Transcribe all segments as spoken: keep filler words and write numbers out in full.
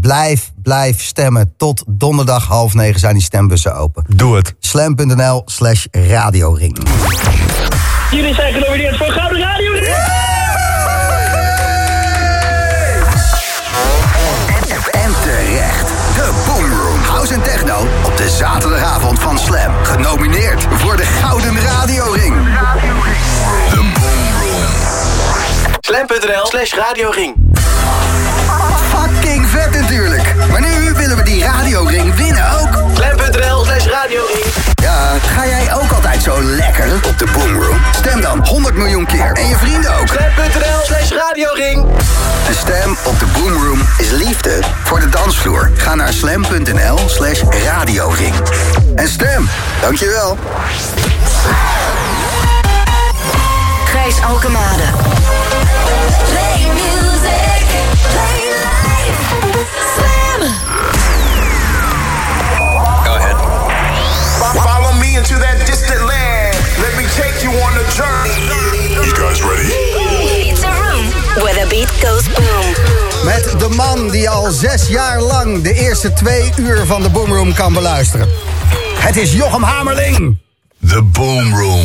blijf, blijf stemmen. Tot donderdag half negen zijn die stembussen open. Doe het. Slam.nl slash radioring. Jullie zijn genomineerd voor Gouden Radio Ring. En terecht. De Boomroom. House en techno op de zaterdagavond van Slam. Genomineerd voor de Gouden Radioring. De Boomroom. Slam.nl slash radioring. Fucking vet natuurlijk. Maar nu willen we die radioring winnen ook. Slam.nl slash radioring. Ja, ga jij ook altijd zo lekker op de Boomroom? Stem dan honderd miljoen keer. En je vrienden ook. Slam.nl slash radioring. Een stem op de Boomroom is liefde voor de dansvloer. Ga naar slam.nl slash radioring. En stem. Dankjewel. Gijs Alkemade. Play music, play life, Slam. Go ahead. Follow me into that distant land. Let me take you on a journey. You guys ready? It's a room where the beat goes boom. Met de man die al zes jaar lang de eerste twee uur van de Boomroom kan beluisteren. Het is Jochem Hamerling. The Boomroom.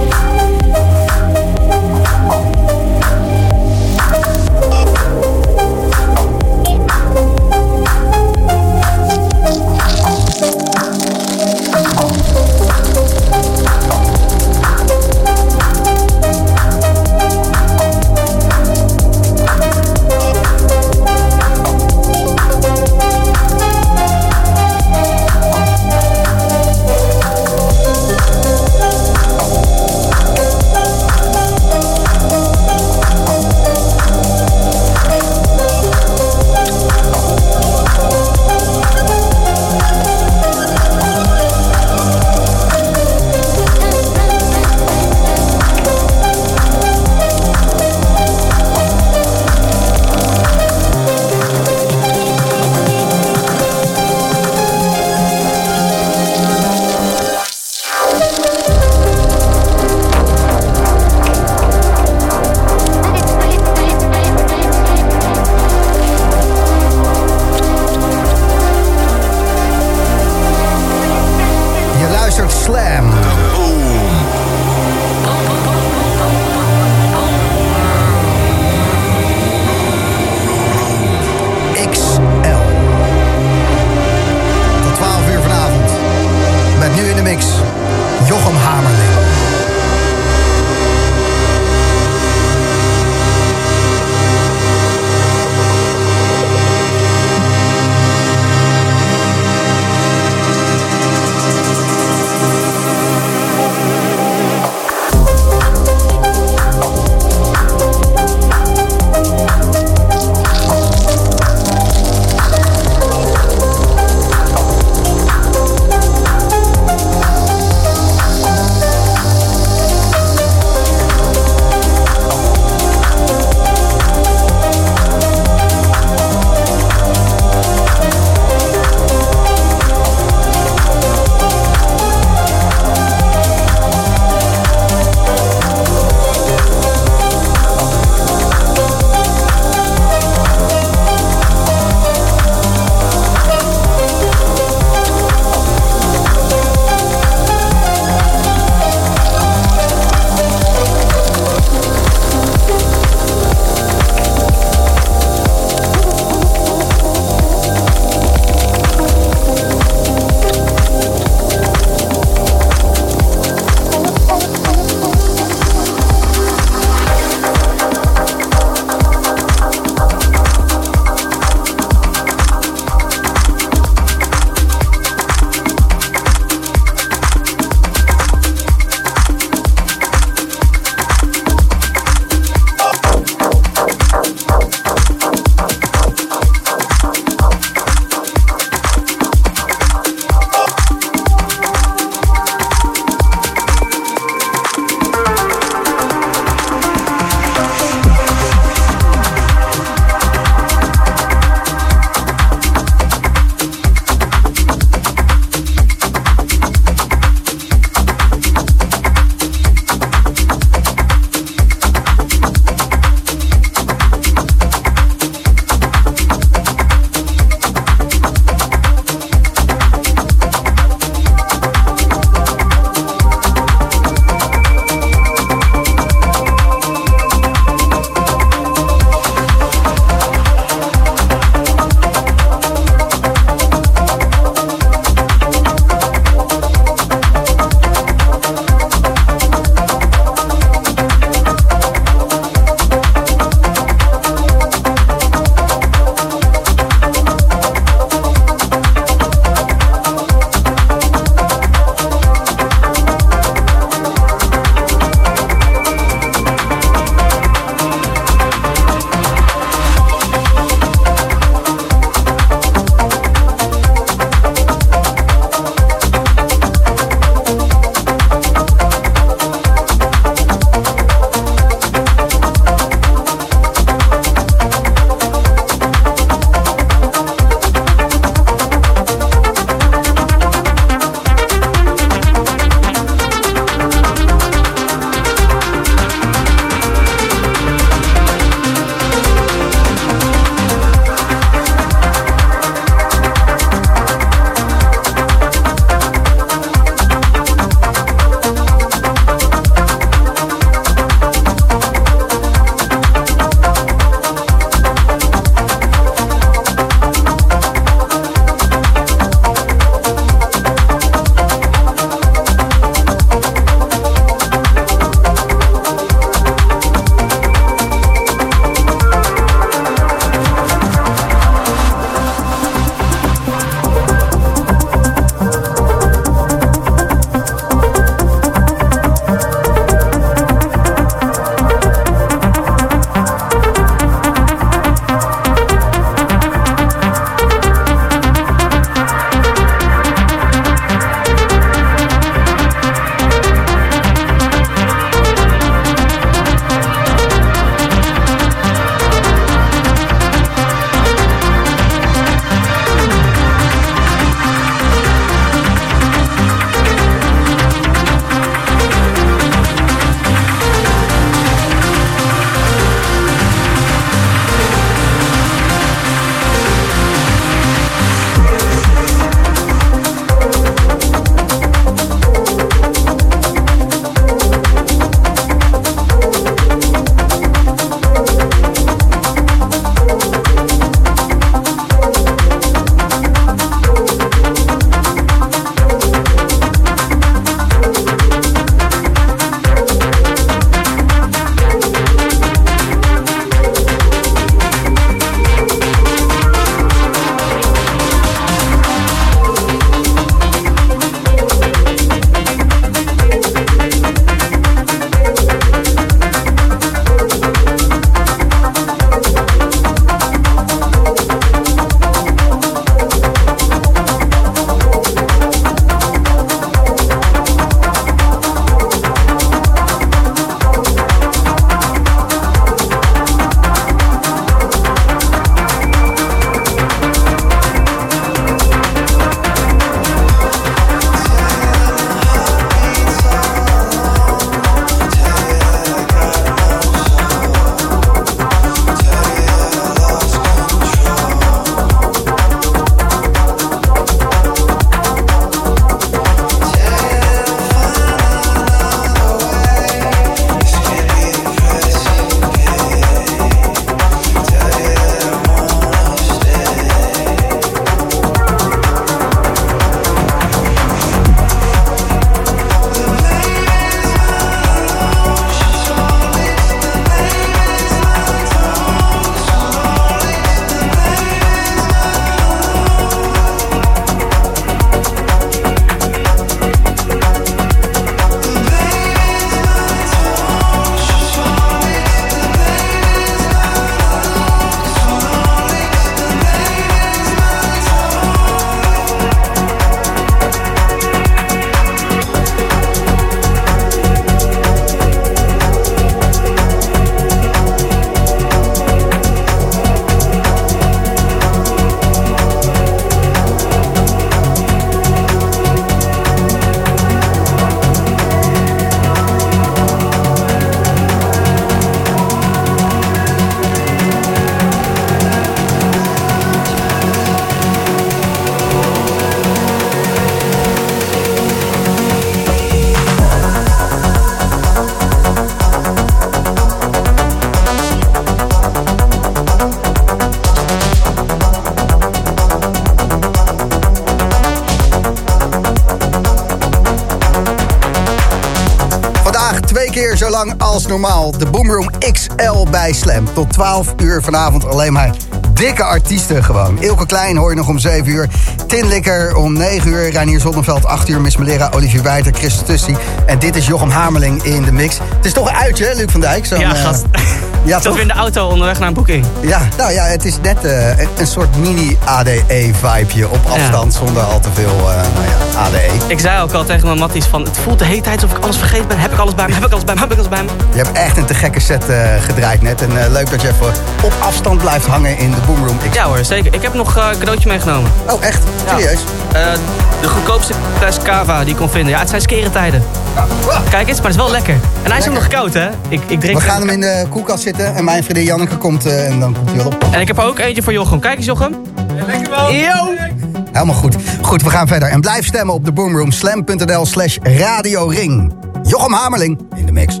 zo lang als normaal. De Boomroom X L bij Slam. Tot twaalf uur vanavond alleen maar dikke artiesten gewoon. Ilke Klein hoor je nog om zeven uur. Tin Likker om negen uur. Reinier Zonneveld acht uur. Miss Melera, Olivier Wijter, Christus Tussie. En dit is Jochem Hamerling in de mix. Het is toch een uitje, hè, Luc van Dijk? Zo'n, ja, gast. Uh, ja, ik zat weer in de auto onderweg naar een boeking. Ja, nou ja, het is net uh, een soort mini-A D E-vibeje op afstand. Ja. Zonder al te veel uh, nou ja, A D E. Ik zei ook al tegen mijn matties van... het voelt de hele tijd alsof ik alles vergeten ben. Heb ik alles bij me? Heb ik alles bij me? Heb ik alles bij me? Je hebt echt een te gekke set uh, gedraaid net. En uh, leuk dat je even op afstand blijft hangen in de Boomroom X. Ja hoor, zeker. Ik heb nog uh, een cadeautje meegenomen. Oh, echt? Serieus? Ja. Uh, de goedkoopste fles Cava die ik kon vinden. Ja, het zijn skerentijden. Ja. Kijk eens, maar het is wel lekker. En hij is ook nog koud, hè? Ik, ik drink We gaan hem in de koelkast zitten en mijn vriendin Janneke komt uh, en dan komt hij wel op. En ik heb er ook eentje voor Jochem. Kijk eens, Jochem. Ja, lekker wel. Yo! Helemaal goed. Goed, we gaan verder. En blijf stemmen op de Boomroom. Slam.nl slash Radio Ring. Jochem Hamerling in de mix.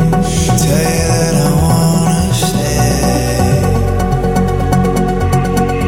Tell you that I wanna stay.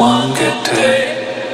one good day.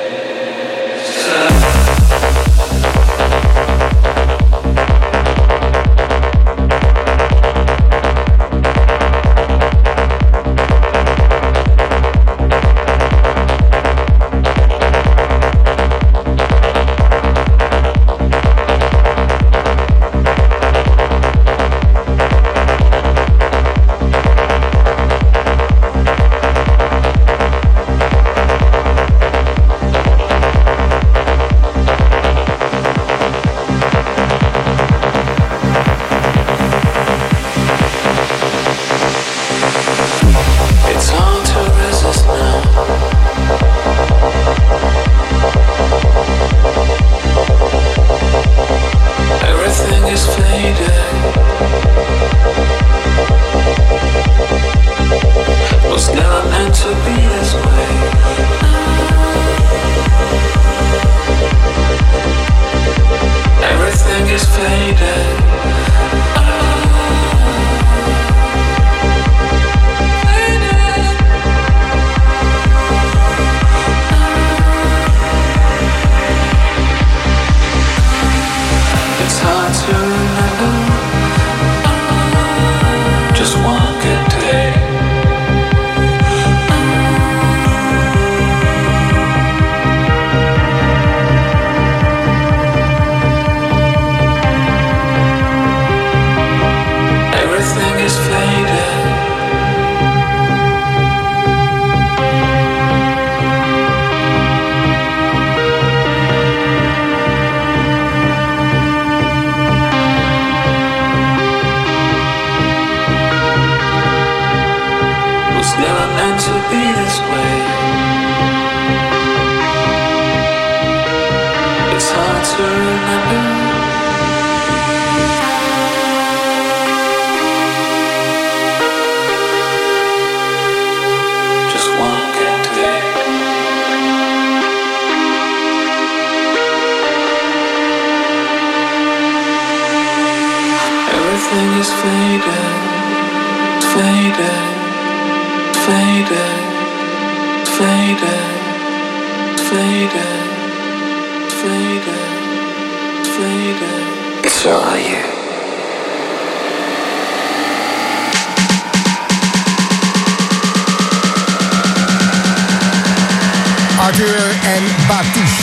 Arthur en Batouche.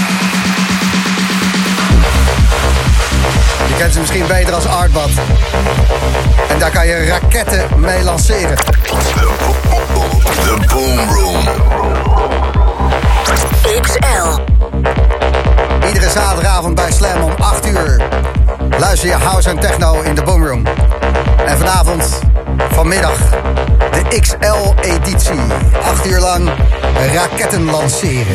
Je kent ze misschien beter als Artbad. En daar kan je raketten mee lanceren. The Boom Room. X L. Iedere zaterdagavond bij Slam om acht uur. Luister je house en techno in de Boom Room. En vanavond, vanmiddag, de X L-editie. Acht uur lang raketten lanceren.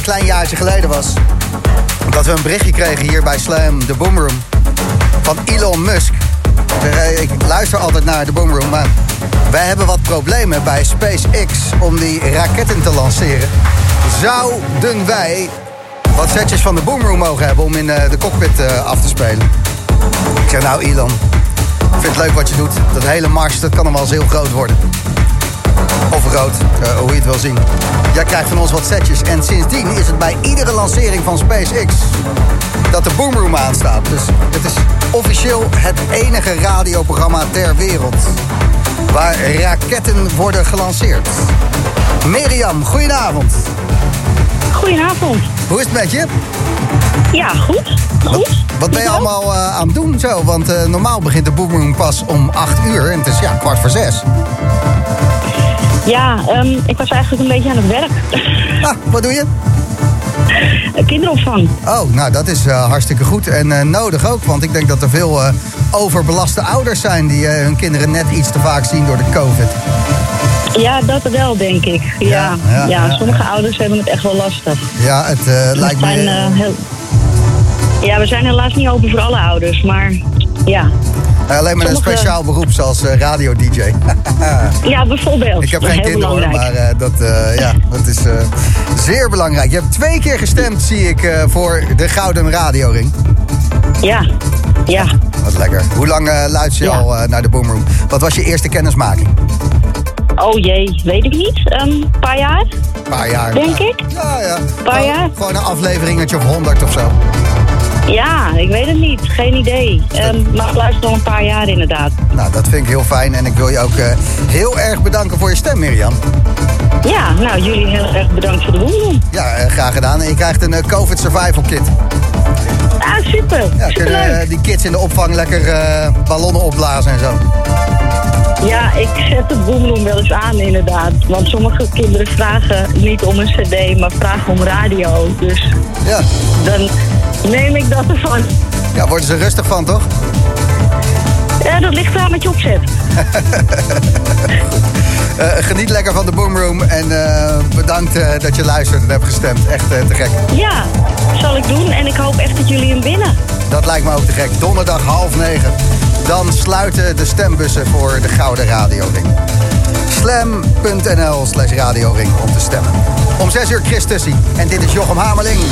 klein jaartje geleden was... dat we een berichtje kregen hier bij Slam, de Boomroom... van Elon Musk. Ik luister altijd naar de Boomroom, maar... wij hebben wat problemen bij SpaceX om die raketten te lanceren. Zouden wij wat setjes van de Boomroom mogen hebben om in de cockpit af te spelen? Ik zeg, nou Elon, ik vind het leuk wat je doet. Dat hele Mars, dat kan nog wel eens heel groot worden. Of rood, uh, hoe je het wil zien. Jij krijgt van ons wat setjes. En sindsdien is het bij iedere lancering van SpaceX... dat de Boomroom aanstaat. Dus het is officieel het enige radioprogramma ter wereld... waar raketten worden gelanceerd. Mirjam, goedenavond. Goedenavond. Hoe is het met je? Ja, goed. Goed. Wat, wat ben je allemaal uh, aan het doen zo? Want uh, normaal begint de Boomroom pas om acht uur en het is ja, kwart voor zes. Ja, um, ik was eigenlijk een beetje aan het werk. Ah, wat doe je? Kinderopvang. Oh, nou dat is uh, hartstikke goed en uh, nodig ook. Want ik denk dat er veel uh, overbelaste ouders zijn... die uh, hun kinderen net iets te vaak zien door de COVID. Ja, dat wel, denk ik. Ja, ja, ja, ja, ja sommige ja. ouders hebben het echt wel lastig. Ja, het uh, lijkt zijn, me... Uh, heel... Ja, we zijn helaas niet open voor alle ouders, maar ja... Uh, alleen maar sommige... een speciaal beroep zoals uh, radio-D J. Ja, bijvoorbeeld. Ik heb geen kinderen hoor, maar uh, dat, uh, ja, dat is uh, zeer belangrijk. Je hebt twee keer gestemd, zie ik, uh, voor de Gouden Radioring. Ja, ja. Wat lekker. Hoe lang uh, luister je ja. al uh, naar de Boomroom? Wat was je eerste kennismaking? Oh jee, weet ik niet. Een um, paar jaar? Een paar jaar. Denk ja. ik. Ja, ja. Een paar gewoon, jaar. Gewoon een afleveringetje of honderd of zo. Ja, ik weet het niet. Geen idee. Um, maar ik luister al een paar jaar inderdaad. Nou, dat vind ik heel fijn. En ik wil je ook uh, heel erg bedanken voor je stem, Mirjam. Ja, nou, jullie heel erg bedankt voor de Boomroom. Ja, uh, graag gedaan. En je krijgt een uh, COVID Survival Kit. Ah, super. Ja, kunnen uh, die kids in de opvang lekker uh, ballonnen opblazen en zo. Ja, ik zet de Boomroom wel eens aan inderdaad. Want sommige kinderen vragen niet om een cd, maar vragen om radio. Dus ja. Dan neem ik dat ervan. Ja, worden ze rustig van, toch? Ja, dat ligt eraan met je opzet. uh, geniet lekker van de Boomroom. En uh, bedankt uh, dat je luistert en hebt gestemd. Echt uh, te gek. Ja, zal ik doen. En ik hoop echt dat jullie hem winnen. Dat lijkt me ook te gek. Donderdag half negen. Dan sluiten de stembussen voor de Gouden Radioring. Slam.nl slash radioring om te stemmen. Om zes uur Chris Tussie. En dit is Jochem Hamerling.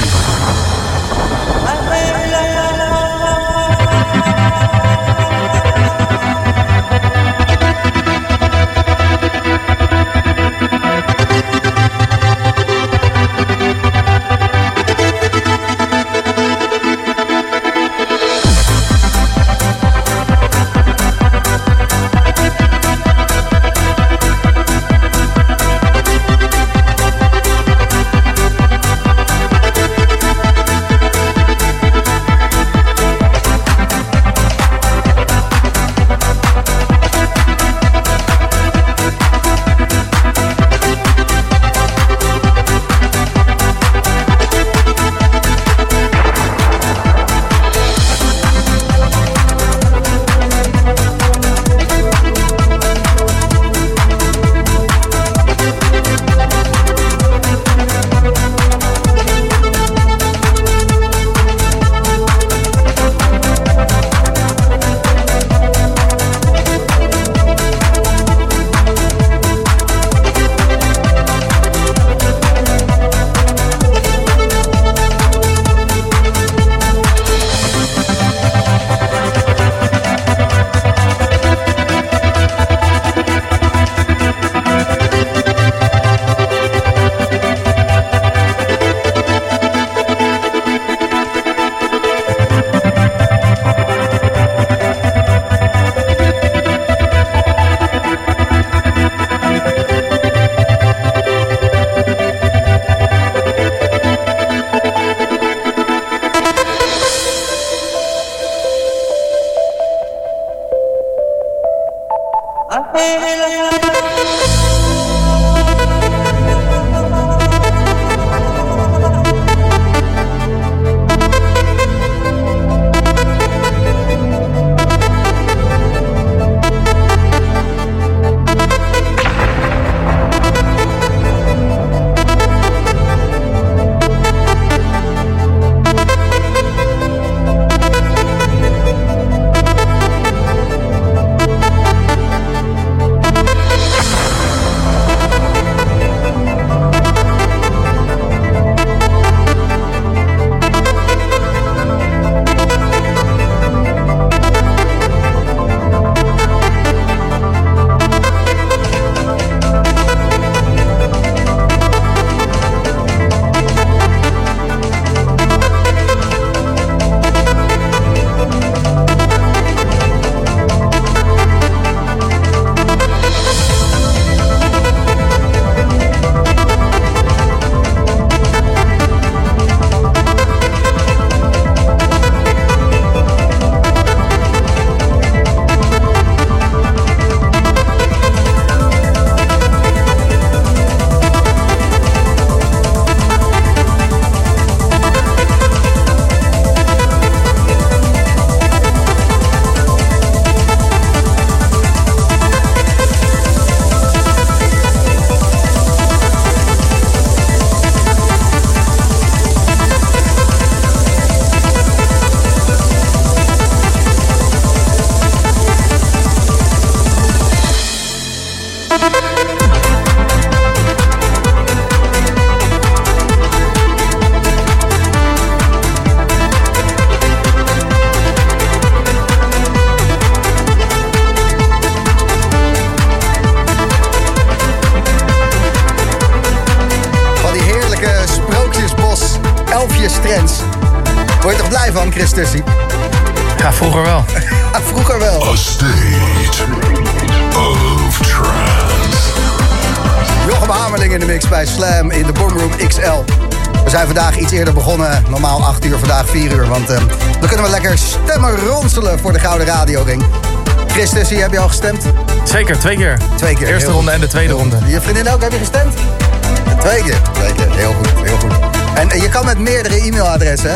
jij van, Chris Tussie? Ja, vroeger wel. Vroeger wel. A state of trance. Jochem Hamerling in de mix bij Slam in de Boomroom X L. We zijn vandaag iets eerder begonnen. Normaal acht uur, vandaag vier uur. Want uh, dan kunnen we lekker stemmen ronselen voor de Gouden Radioring. Chris Tussie, heb je al gestemd? Zeker, twee keer. Twee keer. Eerste ronde en de tweede ronde. Je vriendin ook, heb je gestemd? Twee keer. Twee keer, heel goed, heel goed. En uh, je kan met meerdere e-mailadressen, hè?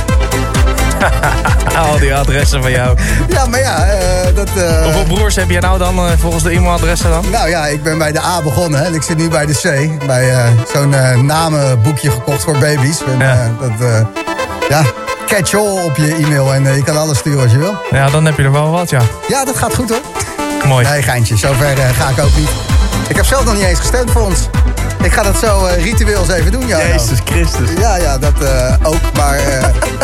Al die adressen van jou. Ja, maar ja, uh, dat... Uh... Hoeveel broers heb je nou dan, uh, volgens de e-mailadressen dan? Nou ja, ik ben bij de A begonnen, hè, en ik zit nu bij de C. Bij uh, zo'n uh, namenboekje gekocht voor baby's. En, ja. Uh, dat, uh, ja, catch-all op je e-mail en uh, je kan alles sturen als je wil. Ja, dan heb je er wel wat, ja. Ja, dat gaat goed, hoor. Mooi. Nee, geintje, zover uh, ga ik ook niet. Ik heb zelf nog niet eens gestemd voor ons. Ik ga dat zo uh, ritueel eens even doen, ja. Jezus Christus. Ja, ja, dat uh, ook, maar... Uh...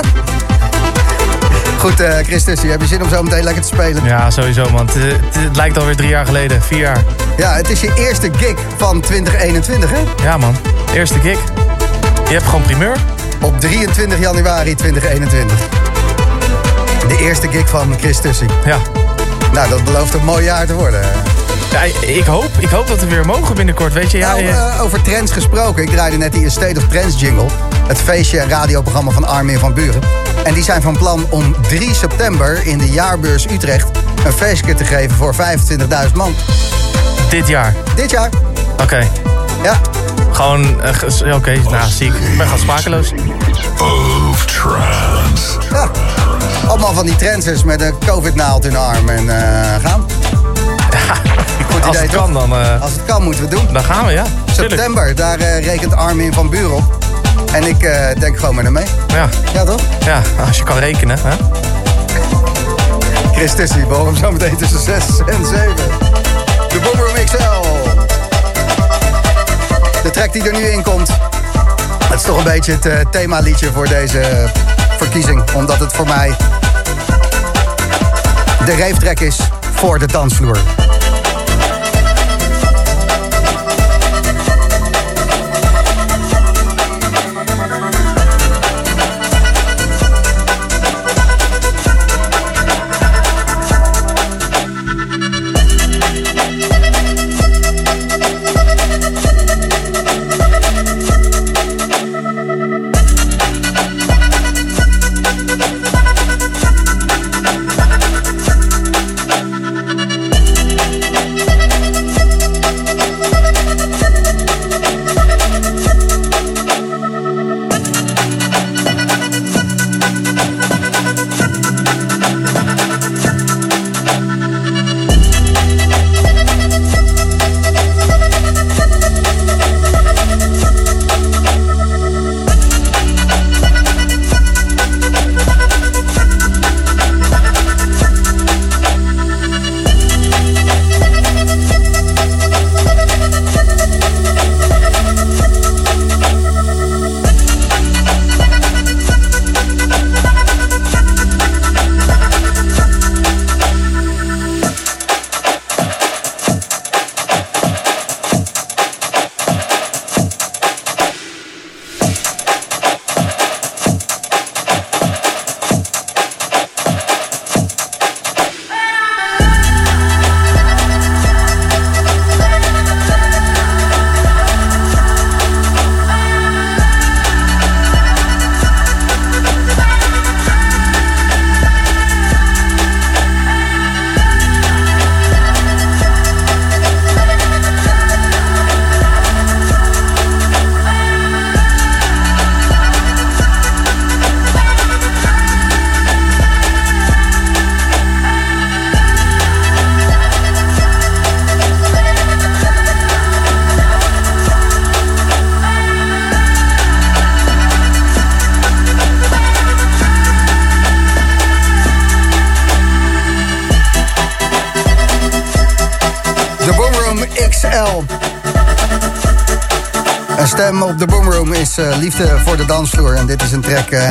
Goed, uh, Chris Tussie, heb je zin om zo meteen lekker te spelen? Ja, sowieso, man. Het, het, het lijkt alweer drie jaar geleden, vier jaar. Ja, het is je eerste gig van twintig eenentwintig, hè? Ja, man. Eerste gig. Je hebt gewoon primeur. Op drieëntwintig januari twintig eenentwintig. De eerste gig van Chris Tussie. Ja. Nou, dat belooft een mooi jaar te worden. Ja, ik hoop, ik hoop dat we weer mogen binnenkort, weet je. Ja, nou, je... uh, over trends gesproken. Ik draaide net die State of Trance jingle. Het feestje en radioprogramma van Armin van Buuren. En die zijn van plan om drie september in de Jaarbeurs Utrecht een feestje te geven voor vijfentwintigduizend man. Dit jaar? Dit jaar. Oké. Okay. Ja. Gewoon, uh, oké, okay, nou, ziek. Ik ben gewoon sprakeloos. Of trance. Ja. Allemaal van die trancers met een covid-naald in de arm en uh, gaan. Ja, goed idee, als het toch? kan dan... Uh, als het kan moeten we doen. Dan gaan we, ja. September, daar uh, rekent Armin van Buuren op. En ik uh, denk gewoon met hem mee. Ja. Ja, toch? Ja, als je kan rekenen, hè. Chris Tussie, we horen zo meteen tussen zes en zeven. De Boomroom X L. De track die er nu in komt. Het is toch een beetje het uh, themaliedje voor deze uh, verkiezing. Omdat het voor mij de rave-track is voor de dansvloer. Een stem op de Boomroom is uh, liefde voor de dansvloer. En dit is een track, uh,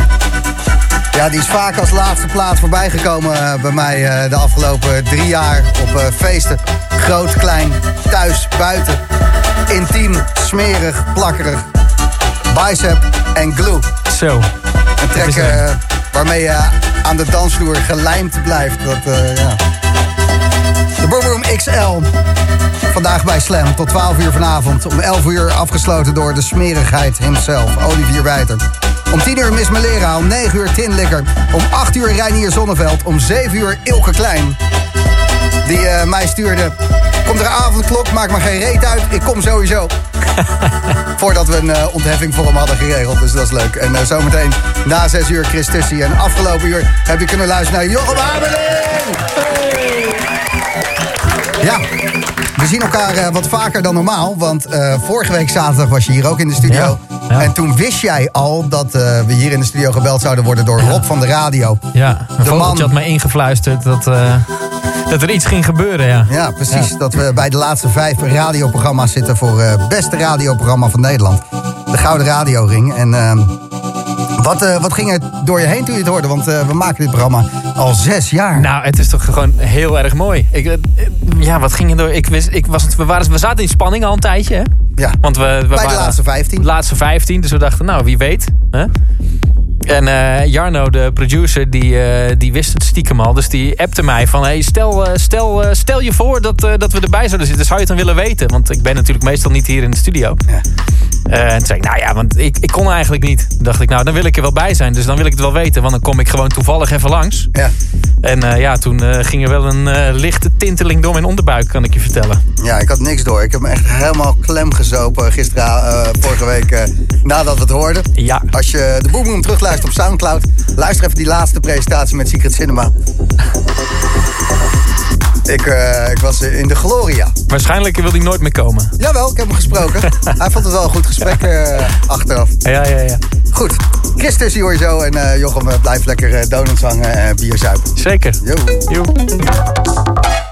ja, die is vaak als laatste plaat voorbij gekomen uh, bij mij uh, de afgelopen drie jaar op uh, feesten. Groot, klein, thuis, buiten. Intiem, smerig, plakkerig. Bicep en glue. Zo. Een track uh, waarmee je aan de dansvloer gelijmd blijft. Dat, uh, ja. De Boom Room X L. Vandaag bij Slam tot twaalf uur vanavond. Om elf uur afgesloten door de smerigheid himself, Olivier Wijter. Om tien uur Miss Melera, om negen uur Tin Likker. Om acht uur Reinier Zonneveld. Om zeven uur Ilke Klein. Die uh, mij stuurde. Komt er een avondklok, maakt maar geen reet uit. Ik kom sowieso. Voordat we een uh, ontheffing voor hem hadden geregeld. Dus dat is leuk. En uh, zometeen na zes uur Chris Tussie. En afgelopen uur heb je kunnen luisteren naar Jochem Hameling. Ja, we zien elkaar uh, wat vaker dan normaal. Want uh, vorige week zaterdag was je hier ook in de studio. Ja, ja. En toen wist jij al dat uh, we hier in de studio gebeld zouden worden door Rob ja. van de radio. Ja, een vogeltje had mij ingefluisterd dat, uh, dat er iets ging gebeuren. Ja, ja precies. Ja. Dat we bij de laatste vijf radioprogramma's zitten voor het uh, beste radioprogramma van Nederland. De Gouden Radioring. En uh, wat, uh, wat ging er door je heen toen je het hoorde? Want uh, we maken dit programma al zes jaar. Nou, het is toch gewoon heel erg mooi. Ik, uh, ja, wat ging er door? Ik wist, ik was, we, waren, we zaten in spanning al een tijdje, hè? Ja, want we, we bij waren de laatste vijftien. De laatste vijftien, dus we dachten, nou, wie weet. Hè? En uh, Jarno, de producer, die, uh, die wist het stiekem al. Dus die appte mij van, hey, stel, uh, stel, uh, stel je voor dat, uh, dat we erbij zouden zitten. Zou je het dan willen weten? Want ik ben natuurlijk meestal niet hier in de studio. Ja. Uh, en toen zei ik, nou ja, want ik, ik kon eigenlijk niet. Toen dacht ik, nou, dan wil ik er wel bij zijn. Dus dan wil ik het wel weten, want dan kom ik gewoon toevallig even langs. Ja. En uh, ja, toen uh, ging er wel een uh, lichte tinteling door mijn onderbuik, kan ik je vertellen. Ja, ik had niks door. Ik heb me echt helemaal klem gezopen gisteren, uh, vorige week, uh, nadat we het hoorden. Ja. Als je de Boom Room terugluistert op Soundcloud, luister even die laatste presentatie met Secret Cinema. Ik, uh, ik was in de Gloria. Waarschijnlijk wil hij nooit meer komen. Jawel, ik heb hem gesproken. Hij vond het wel een goed gesprek uh, achteraf. Ja, ja, ja. Goed. Chris Tussie hoor je zo. En uh, Jochem uh, blijft lekker uh, donuts hangen en uh, bier zuipen. Zeker. Jo. Jo.